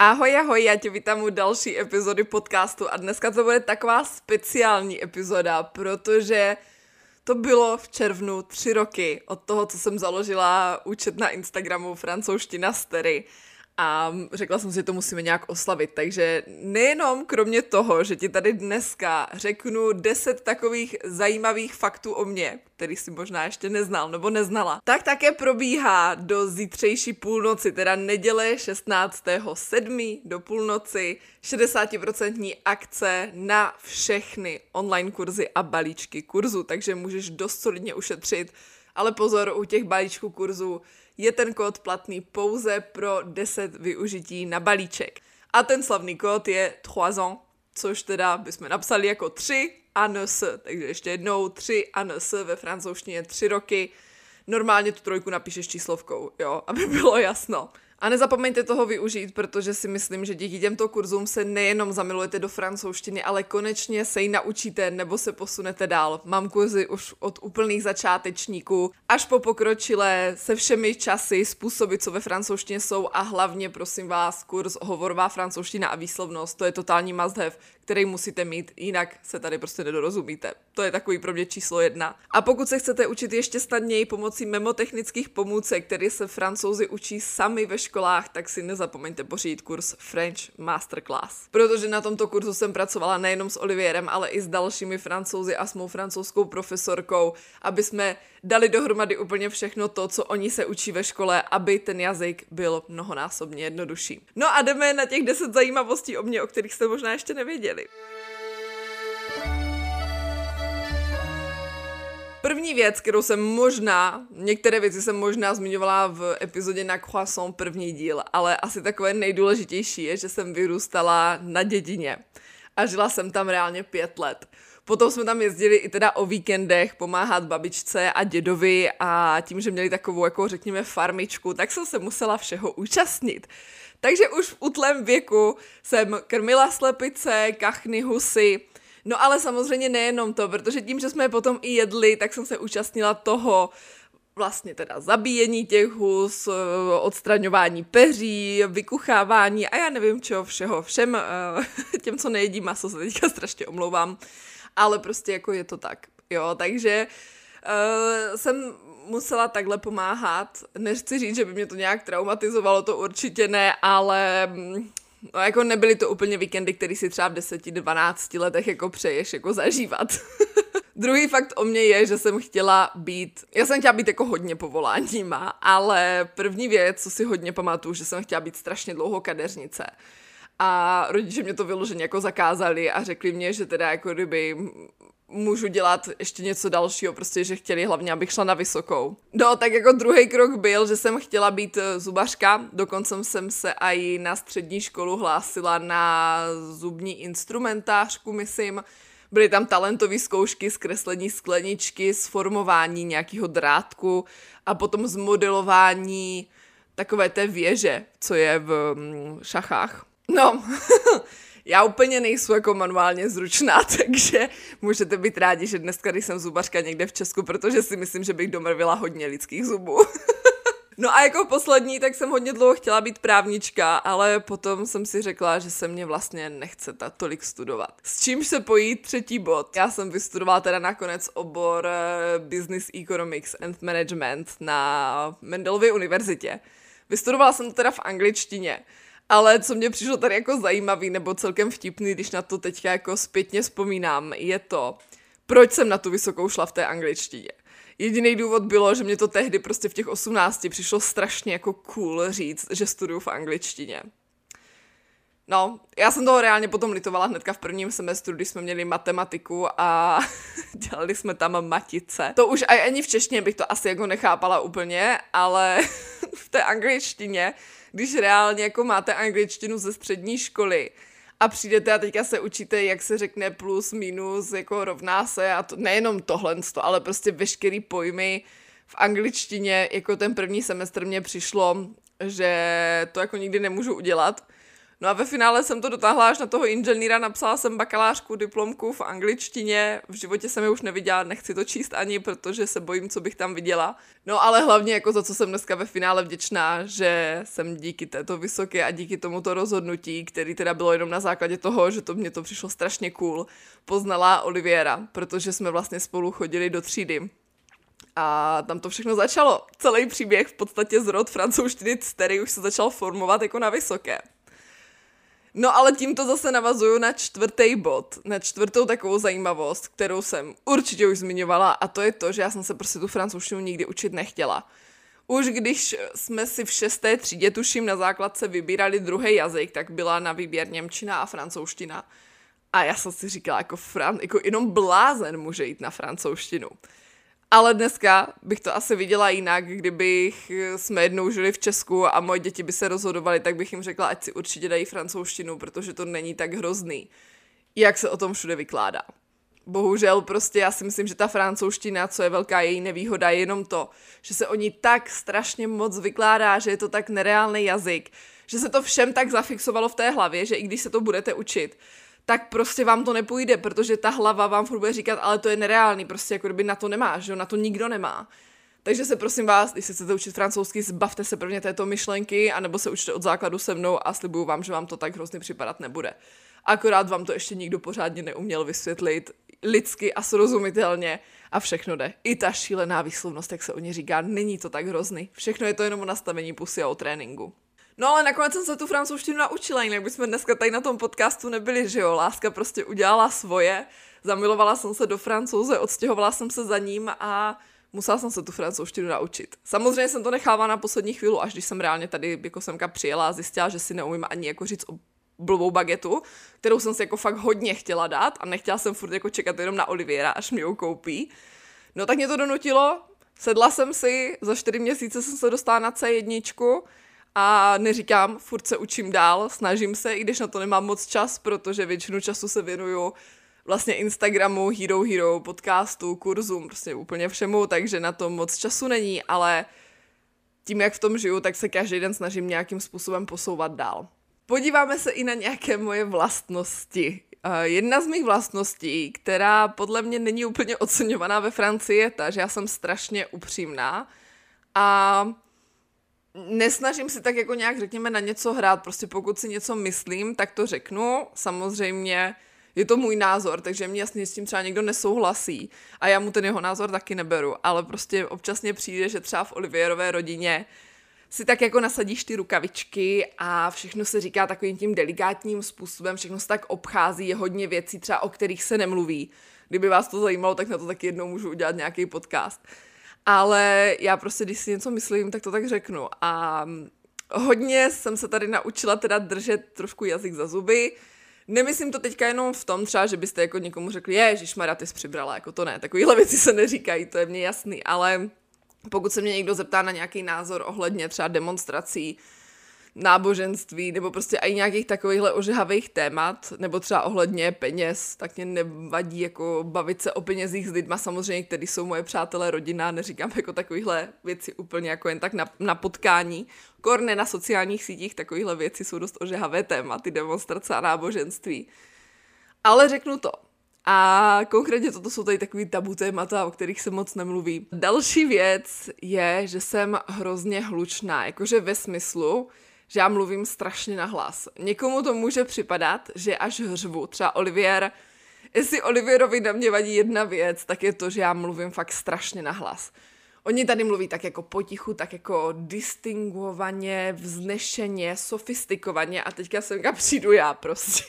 Ahoj, ahoj, já tě vítám u další epizody podcastu a dneska to bude taková speciální epizoda, protože to bylo v červnu 3 roky od toho, co jsem založila účet na Instagramu Francouzština s Terry. A řekla jsem si, že to musíme nějak oslavit, takže nejenom kromě toho, že ti tady dneska řeknu 10 takových zajímavých faktů o mně, který si možná ještě neznal nebo neznala, tak také probíhá do zítřejší půlnoci, teda neděle 16.7. do půlnoci 60% akce na všechny online kurzy a balíčky kurzu, takže můžeš dost solidně ušetřit, ale pozor, u těch balíčků kurzů je ten kód platný pouze pro 10 využití na balíček. A ten slavný kód je 3 ans, což teda bychom napsali jako 3 ans, takže ještě jednou 3 ans ve francouzštině 3 roky. Normálně tu trojku napíšeš číslovkou, jo, aby bylo jasno. A nezapomeňte toho využít, protože si myslím, že díky těmto kurzům se nejenom zamilujete do francouzštiny, ale konečně se ji naučíte nebo se posunete dál. Mám kurzy už od úplných začátečníků až po pokročilé se všemi časy, způsoby, co ve francouzštině jsou a hlavně, prosím vás, kurz Hovorová francouzština a výslovnost. To je totální must have, který musíte mít, jinak se tady prostě nedorozumíte. To je takový pro mě číslo 1. A pokud se chcete učit ještě snadněji pomocí memotechnických pomůcek, které se Francouzi učí sami ve školách, tak si nezapomeňte pořídit kurz French Masterclass. Protože na tomto kurzu jsem pracovala nejenom s Olivierem, ale i s dalšími Francouzi a s mou francouzskou profesorkou, aby jsme dali dohromady úplně všechno to, co oni se učí ve škole, aby ten jazyk byl mnohonásobně jednodušší. No a jdeme na těch 10 zajímavostí o mě, o kterých jste možná ještě nevěděli. První věc, kterou některé věci jsem možná zmiňovala v epizodě na Croissant první díl, ale asi takové nejdůležitější je, že jsem vyrůstala na dědině a žila jsem tam reálně 5 let. Potom jsme tam jezdili i teda o víkendech pomáhat babičce a dědovi a tím, že měli takovou, jako řekněme, farmičku, tak jsem se musela všeho účastnit. Takže už v útlém věku jsem krmila slepice, kachny, husy. No ale samozřejmě nejenom to, protože tím, že jsme je potom i jedli, tak jsem se účastnila toho vlastně teda zabíjení těch hus, odstraňování peří, vykuchávání a já nevím čeho všeho. Všem těm, co nejedí maso, se teďka strašně omlouvám, ale prostě jako je to tak. Jo, takže jsem musela takhle pomáhat. Nechci říct, že by mě to nějak traumatizovalo, to určitě ne, ale no, jako nebyly to úplně víkendy, který si třeba v 10-12 letech jako přeješ jako zažívat. Druhý fakt o mě je, že jsem chtěla být jako hodně povoláníma, ale první věc, co si hodně pamatuju, že jsem chtěla být strašně dlouho kadeřnice. A rodiče mě to vyloženě jako zakázali a řekli mě, že teda jako kdyby můžu dělat ještě něco dalšího, prostě, že chtěli hlavně, abych šla na vysokou. No, tak jako druhý krok byl, že jsem chtěla být zubařka, dokonce jsem se i na střední školu hlásila na zubní instrumentářku, myslím. Byly tam talentové zkoušky z kreslení skleničky, z formování nějakého drátku a potom z modelování takové té věže, co je v šachách. No, já úplně nejsem jako manuálně zručná, takže můžete být rádi, že dneska, když jsem zubařka někde v Česku, protože si myslím, že bych domrvila hodně lidských zubů. No a jako poslední, tak jsem hodně dlouho chtěla být právnička, ale potom jsem si řekla, že se mě vlastně nechce tolik studovat. S čímž se pojí třetí bod. Já jsem vystudovala teda nakonec obor Business Economics and Management na Mendelově univerzitě. Vystudovala jsem to teda v angličtině. Ale co mě přišlo tady jako zajímavý nebo celkem vtipný, když na to teďka jako zpětně vzpomínám, je to, proč jsem na tu vysokou šla v té angličtině. Jediný důvod bylo, že mě to tehdy prostě v těch 18 přišlo strašně jako cool říct, že studuju v angličtině. No, já jsem toho reálně potom litovala hnedka v prvním semestru, když jsme měli matematiku a dělali jsme tam matice. To už ani v češtině bych to asi jako nechápala úplně, ale v té angličtině, když reálně jako máte angličtinu ze střední školy a přijdete a teďka se učíte, jak se řekne plus, minus, jako rovná se a to, nejenom tohle, ale prostě veškerý pojmy v angličtině, jako ten první semestr mě přišlo, že to jako nikdy nemůžu udělat. No a ve finále jsem to dotáhla až na toho inženýra, napsala jsem bakalářku, diplomku v angličtině, v životě jsem je už neviděla, nechci to číst ani, protože se bojím, co bych tam viděla. No ale hlavně jako za co jsem dneska ve finále vděčná, že jsem díky této vysoké a díky tomuto rozhodnutí, který teda bylo jenom na základě toho, že mě to přišlo strašně cool, poznala Oliviera, protože jsme vlastně spolu chodili do třídy. A tam to všechno začalo. Celý příběh, v podstatě zrod francouzštiny, který už se začal formovat jako na vysoké. No ale tímto zase navazuju na čtvrtý bod, na čtvrtou takovou zajímavost, kterou jsem určitě už zmiňovala, a to je to, že já jsem se prostě tu francouzštinu nikdy učit nechtěla. Už když jsme si v 6. třídě, tuším, na základce vybírali druhý jazyk, tak byla na výběr němčina a francouzština. A já jsem si říkala, jako jenom blázen může jít na francouzštinu. Ale dneska bych to asi viděla jinak, kdybych jsme jednou žili v Česku a moje děti by se rozhodovaly, tak bych jim řekla, ať si určitě dají francouzštinu, protože to není tak hrozný, jak se o tom všude vykládá. Bohužel prostě já si myslím, že ta francouzština, co je velká její nevýhoda, je jenom to, že se o ní tak strašně moc vykládá, že je to tak nereálný jazyk, že se to všem tak zafixovalo v té hlavě, že i když se to budete učit, tak prostě vám to nepůjde, protože ta hlava vám furt bude říkat, ale to je nereálný, prostě jako kdyby na to nemá, že jo, na to nikdo nemá. Takže se prosím vás, když se chcete učit francouzsky, zbavte se prvně této myšlenky, anebo se učte od základu se mnou a slibuju vám, že vám to tak hrozně připadat nebude. Akorát vám to ještě nikdo pořádně neuměl vysvětlit lidsky a srozumitelně a všechno jde. I ta šílená výslovnost, jak se o ní říká, není to tak hrozný. Všechno je to jenom o nastavení pusy a o tréninku. No ale nakonec jsem se tu francouzštinu naučila, jinak bychom dneska tady na tom podcastu nebyli, že jo, láska prostě udělala svoje, zamilovala jsem se do Francouze, odstěhovala jsem se za ním a musela jsem se tu francouzštinu naučit. Samozřejmě jsem to nechávala na poslední chvíli, až když jsem reálně tady jako semka přijela a zjistila, že si neumím ani jako říct o blbou bagetu, kterou jsem si jako fakt hodně chtěla dát a nechtěla jsem furt jako čekat jenom na Oliviera, až mi ji koupí. No tak mě to donutilo, sedla jsem si, za 4 měsíce jsem se dostala na C1 a neříkám, furt se učím dál, snažím se, i když na to nemám moc čas, protože většinu času se věnuju vlastně Instagramu, Hero, podcastu, kurzům, prostě úplně všemu, takže na to moc času není, ale tím, jak v tom žiju, tak se každý den snažím nějakým způsobem posouvat dál. Podíváme se i na nějaké moje vlastnosti. Jedna z mých vlastností, která podle mě není úplně oceňovaná ve Francii, je ta, že já jsem strašně upřímná a nesnažím si tak jako nějak, řekněme, na něco hrát, prostě pokud si něco myslím, tak to řeknu, samozřejmě je to můj názor, takže mě jasně s tím třeba někdo nesouhlasí a já mu ten jeho názor taky neberu, ale prostě občas mně přijde, že třeba v Olivierové rodině si tak jako nasadíš ty rukavičky a všechno se říká takovým tím delikátním způsobem, všechno se tak obchází, je hodně věcí třeba, o kterých se nemluví. Kdyby vás to zajímalo, tak na to taky jednou můžu udělat nějaký podcast. Ale já prostě, když si něco myslím, tak to tak řeknu. A hodně jsem se tady naučila teda držet trošku jazyk za zuby. Nemyslím to teďka jenom v tom třeba, že byste jako někomu řekli, ježišmarja, ty jsi přibrala, jako to ne. Takovýhle věci se neříkají, to je mně jasný, ale pokud se mě někdo zeptá na nějaký názor ohledně třeba demonstrací, náboženství nebo prostě i nějakých takovýchhle ožehavých témat, nebo třeba ohledně peněz, tak mě nevadí jako bavit se o penězích s lidma samozřejmě, kteří jsou moje přátelé, rodina, neříkám jako takovýchhle věci úplně jako jen tak na potkání. Korne na sociálních sítích takovýchhle věci jsou dost ožehavé tématy, demonstrace a náboženství. Ale řeknu to. A konkrétně toto jsou tady takový tabu témata, o kterých se moc nemluví. Další věc je, že jsem hrozně hlučná, jakože ve smyslu, že já mluvím strašně nahlas. Někomu to může připadat, že až hřvu. Třeba Olivier, jestli Olivierovi na mě vadí jedna věc, tak je to, že já mluvím fakt strašně nahlas. Oni tady mluví tak jako potichu, tak jako distinguovaně, vznešeně, sofistikovaně a teďka semka přijdu já prostě.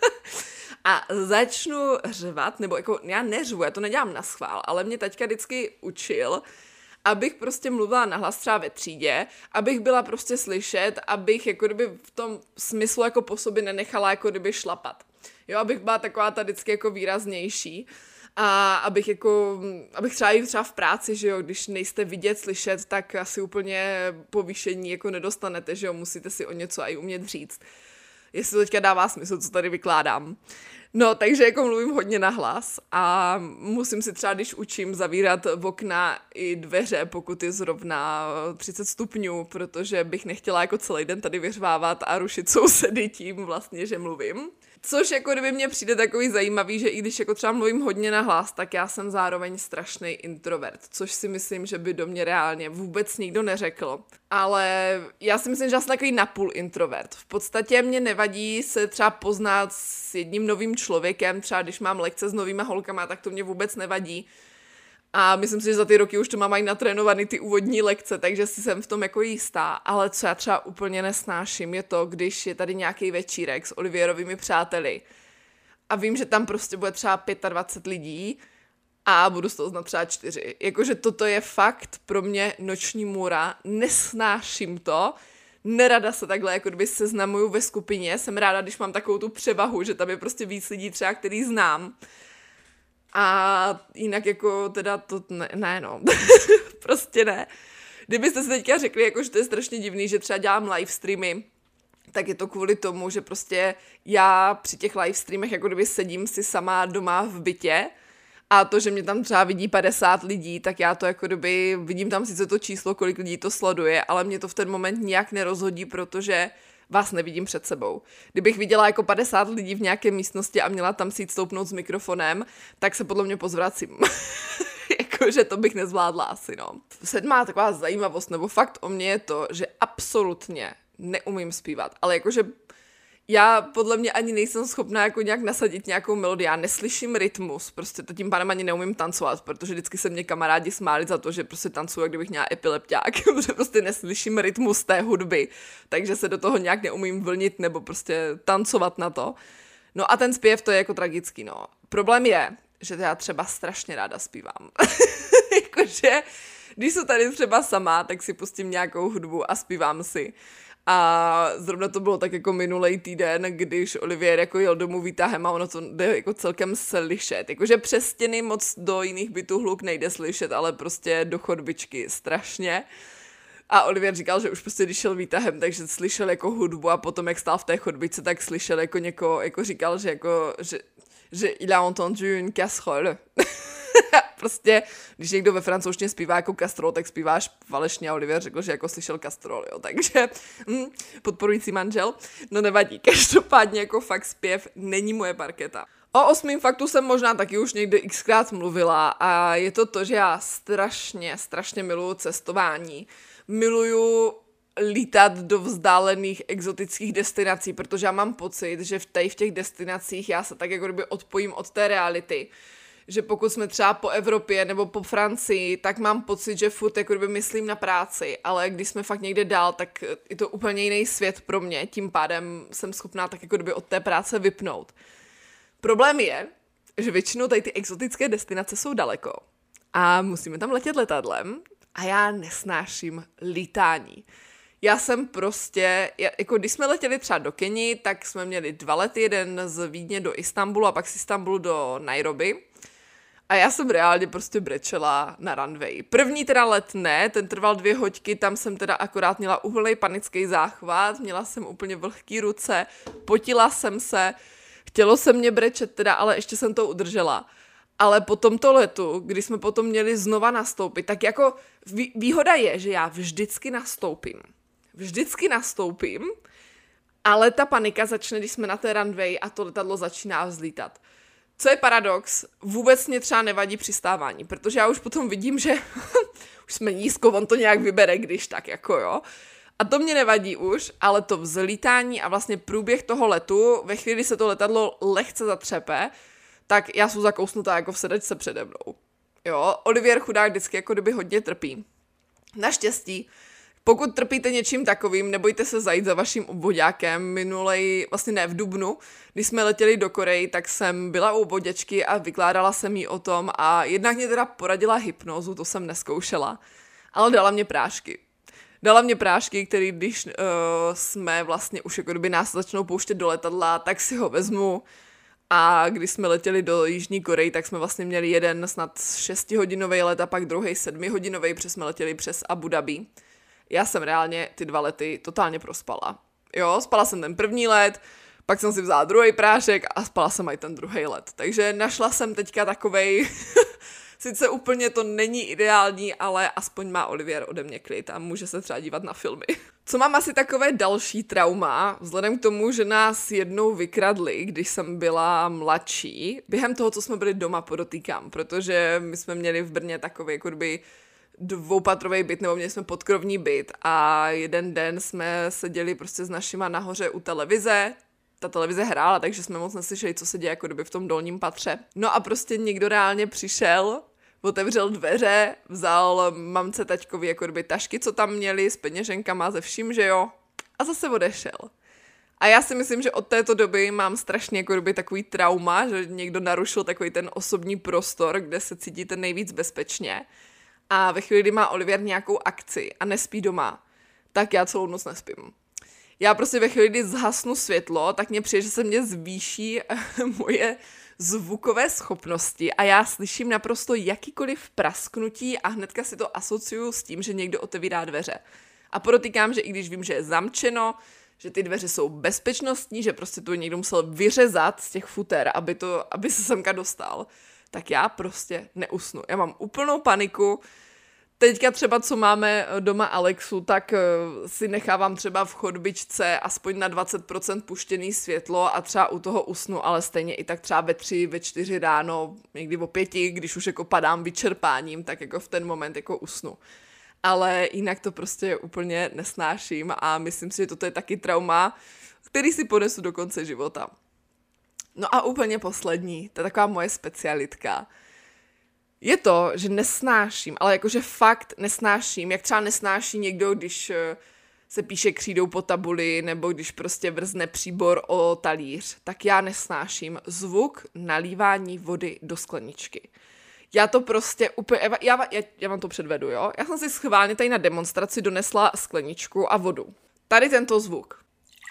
A začnu řvat, nebo jako já neřvu, já to nedělám na schvál, ale mě taťka vždycky učil, abych prostě mluvila nahlas třeba ve třídě, abych byla prostě slyšet, abych jako kdyby v tom smyslu jako po sobě nenechala jako kdyby šlapat. Jo, abych byla taková ta vždycky jako výraznější a abych třeba i třeba v práci, že jo, když nejste vidět, slyšet, tak asi úplně povýšení jako nedostanete, že jo, musíte si o něco i umět říct. Jestli to teďka dává smysl, co tady vykládám. No, takže jako mluvím hodně nahlas a musím si třeba, když učím, zavírat okna i dveře, pokud je zrovna 30 stupňů, protože bych nechtěla jako celý den tady vyřvávat a rušit sousedy tím vlastně, že mluvím. Což jako kdyby mně přijde takový zajímavý, že i když jako třeba mluvím hodně nahlas, tak já jsem zároveň strašný introvert, což si myslím, že by do mě reálně vůbec nikdo neřekl. Ale já si myslím, že já jsem takový napůl introvert. V podstatě mě nevadí se třeba poznat s jedním novým člověkem, třeba když mám lekce s novýma holkama, tak to mě vůbec nevadí. A myslím si, že za ty roky už to mám aj natrénovaný ty úvodní lekce, takže si jsem v tom jako jistá. Ale co já třeba úplně nesnáším, je to, když je tady nějaký večírek s Olivierovými přáteli a vím, že tam prostě bude třeba 25 lidí a budu z toho znát třeba 4. Jakože toto je fakt pro mě noční můra, nesnáším to. Nerada se takhle jako kdyby seznamuju ve skupině, jsem ráda, když mám takovou tu převahu, že tam je prostě víc lidí třeba, který znám. A jinak jako teda to ne no, prostě ne. Kdybyste si teďka řekli, jako, že to je strašně divný, že třeba dělám live streamy, tak je to kvůli tomu, že prostě já při těch live streamech jako kdyby sedím si sama doma v bytě a to, že mě tam třeba vidí 50 lidí, tak já to jako kdyby, vidím tam sice to číslo, kolik lidí to sleduje, ale mě to v ten moment nijak nerozhodí, protože vás nevidím před sebou. Kdybych viděla jako 50 lidí v nějaké místnosti a měla tam si jít stoupnout s mikrofonem, tak se podle mě pozvracím. Jakože to bych nezvládla asi, no. 7. taková zajímavost, nebo fakt o mě je to, že absolutně neumím zpívat, ale jakože já podle mě ani nejsem schopná jako nějak nasadit nějakou melodii, já neslyším rytmus, prostě to tím pádem ani neumím tancovat, protože vždycky se mě kamarádi smáli za to, že prostě tancuju, jak kdybych měla epilepťák, protože prostě neslyším rytmus té hudby, takže se do toho nějak neumím vlnit nebo prostě tancovat na to. No a ten zpěv, to je jako tragický, no. Problém je, že já třeba strašně ráda zpívám. Jakože, když jsem tady třeba sama, tak si pustím nějakou hudbu a zpívám si. A zrovna to bylo tak jako minulej týden, když Olivier jako jel domů výtahem a ono to jde jako celkem slyšet. Jakože přes stěny moc do jiných bytů hluk nejde slyšet, ale prostě do chodbičky strašně. A Olivier říkal, že už prostě když šel výtahem, takže slyšel jako hudbu a potom jak stál v té chodbičce, tak slyšel jako někoho, jako říkal, že il a entendu une casserole. Prostě, když někdo ve francouzštině zpívá jako kastrol, tak zpíváš falešně a Olivier řekl, že jako slyšel kastrol, jo, takže podporující manžel, no nevadí, každopádně jako fakt zpěv není moje parketa. O 8. faktu jsem možná taky už někde xkrát mluvila a je to, že já strašně miluju cestování. Miluju lítat do vzdálených exotických destinací, protože já mám pocit, že v těch destinacích já se tak jako kdyby odpojím od té reality. Že pokud jsme třeba po Evropě nebo po Francii, tak mám pocit, že furt jako kdyby myslím na práci, ale když jsme fakt někde dál, tak je to úplně jiný svět pro mě, tím pádem jsem schopná tak jako kdyby od té práce vypnout. Problém je, že většinou tady ty exotické destinace jsou daleko a musíme tam letět letadlem a já nesnáším lítání. Já jsem prostě, jako když jsme letěli třeba do Keni, tak jsme měli 2 lety, jeden z Vídně do Istanbulu a pak z Istanbulu do Nairobi. A já jsem reálně prostě brečela na runway. První teda let ne, ten trval 2 hoďky, tam jsem teda akorát měla úplnej panický záchvat, měla jsem úplně vlhký ruce, potila jsem se, chtělo se mě brečet teda, ale ještě jsem to udržela. Ale po tomto letu, kdy jsme potom měli znova nastoupit, tak jako výhoda je, že já vždycky nastoupím, ale ta panika začne, když jsme na té runway a to letadlo začíná vzlítat. Co je paradox, vůbec mě třeba nevadí přistávání, protože já už potom vidím, že už jsme nízko, on to nějak vybere, když tak jako jo. A to mě nevadí už, ale to vzlítání a vlastně průběh toho letu, ve chvíli se to letadlo lehce zatřepe, tak já jsem zakousnutá jako v sedačce přede mnou. Jo, Olivier chudák vždycky jako kdyby hodně trpí. Naštěstí, pokud trpíte něčím takovým, nebojte se zajít za vaším obvoďákem. V dubnu, když jsme letěli do Koreji, tak jsem byla u obvoděčky a vykládala jsem jí o tom a jednak mě teda poradila hypnózu, to jsem neskoušela, ale dala mě prášky, které když jsme vlastně už jako kdyby nás začnou pouštět do letadla, tak si ho vezmu. A když jsme letěli do Jižní Koreji, tak jsme vlastně měli jeden snad 6hodinový let a pak druhý 7hodinový, protože jsme letěli přes Abu Dhabi. Já jsem reálně ty 2 lety totálně prospala. Jo, spala jsem ten první let, pak jsem si vzala druhý prášek a spala jsem i ten druhý let. Takže našla jsem teďka takovej, sice úplně to není ideální, ale aspoň má Olivier ode mě klid a může se třeba dívat na filmy. Co mám asi takové další trauma, vzhledem k tomu, že nás jednou vykradli, když jsem byla mladší, během toho, co jsme byli doma, podotýkám, protože my jsme měli v Brně takový jako kdyby dvoupatrový byt, nebo měli jsme podkrovní byt a jeden den jsme seděli prostě s našima nahoře u televize. Ta televize hrála, takže jsme moc neslyšeli, co se děje jako kdyby v tom dolním patře. No a prostě někdo reálně přišel, otevřel dveře, vzal mamce taťkovi jako kdyby tašky, co tam měli, s peněženkama, ze vším, že jo, a zase odešel. A já si myslím, že od této doby mám strašně jako kdyby takový trauma, že někdo narušil takový ten osobní prostor, kde se cítíte nejvíc bezpečně. A ve chvíli, kdy má Olivier nějakou akci a nespí doma, tak já celou noc nespím. Já prostě ve chvíli, kdy zhasnu světlo, tak mně přijde, že se mě zvýší moje zvukové schopnosti a já slyším naprosto jakýkoliv prasknutí a hnedka si to asociuju s tím, že někdo otevírá dveře. A podotýkám, že i když vím, že je zamčeno, že ty dveře jsou bezpečnostní, že prostě to někdo musel vyřezat z těch futer, aby se semka dostal, tak já prostě neusnu. Já mám úplnou paniku. Teďka třeba, co máme doma Alexu, tak si nechávám třeba v chodbičce aspoň na 20% puštěný světlo a třeba u toho usnu, ale stejně i tak třeba ve 3, ve 4 ráno, někdy o 5, když už jako padám vyčerpáním, tak jako v ten moment jako usnu. Ale jinak to prostě úplně nesnáším a myslím si, že toto je taky trauma, který si ponesu do konce života. No a úplně poslední, to je taková moje specialitka. Je to, že nesnáším, ale jakože fakt nesnáším, jak třeba nesnáší někdo, když se píše křídou po tabuli, nebo když prostě vrzne příbor o talíř, tak já nesnáším zvuk nalívání vody do skleničky. Já to prostě úplně, já vám to předvedu, jo? Já jsem si schválně tady na demonstraci donesla skleničku a vodu. Tady tento zvuk.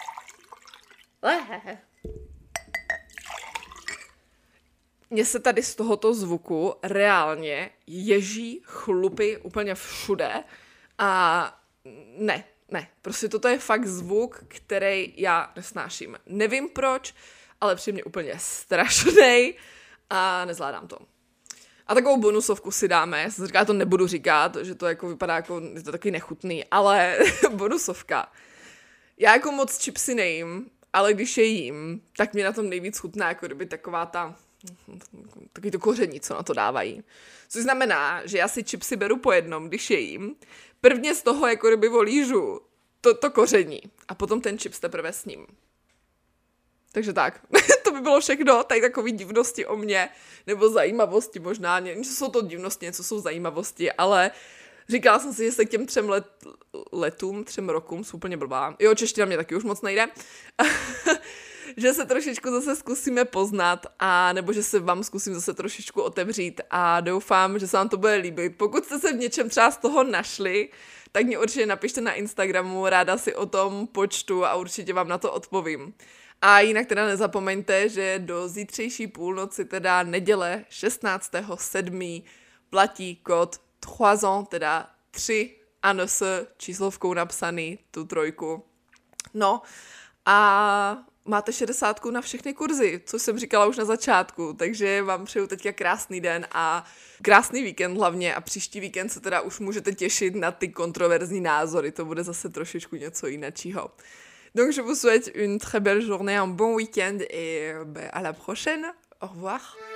Mně se tady z tohoto zvuku reálně ježí chlupy úplně všude a ne, prostě toto je fakt zvuk, který já nesnáším. Nevím proč, ale přijde mě úplně strašnej a nezvládám to. A takovou bonusovku si dáme, já jsem říkala, to nebudu říkat, že to jako vypadá jako, je to taky nechutný, ale bonusovka. Já jako moc chipsy nejím, ale když je jím, tak mě na tom nejvíc chutná jako kdyby taková takový to koření, co na to dávají. Což znamená, že já si chipsy beru po jednom, když je jím, prvně z toho jako kdyby volížu to koření a potom ten chips teprve s ním. Takže tak, to by bylo všechno, tady takový divnosti o mně, nebo zajímavosti možná, něco jsou to divnosti, něco jsou zajímavosti, ale říkala jsem si, že se k těm 3 rokům, jsou úplně blbá. Jo, čeština mě taky už moc nejde. Že se trošičku zase zkusíme poznat a nebo že se vám zkusím zase trošičku otevřít a doufám, že se vám to bude líbit. Pokud jste se v něčem třeba z toho našli, tak mě určitě napište na Instagramu, ráda si o tom počtu a určitě vám na to odpovím. A jinak teda nezapomeňte, že do zítřejší půlnoci, teda neděle 16.7. platí kód 3 ans, teda 3 ans, číslovkou napsaný, tu 3. No a máte 60 na všechny kurzy, což jsem říkala už na začátku, takže vám přeju teďka krásný den a krásný víkend hlavně a příští víkend se teda už můžete těšit na ty kontroverzní názory, to bude zase trošičku něco jiného. Donc je vous souhaite une très belle journée, un bon week-end et à la prochaine. Au revoir.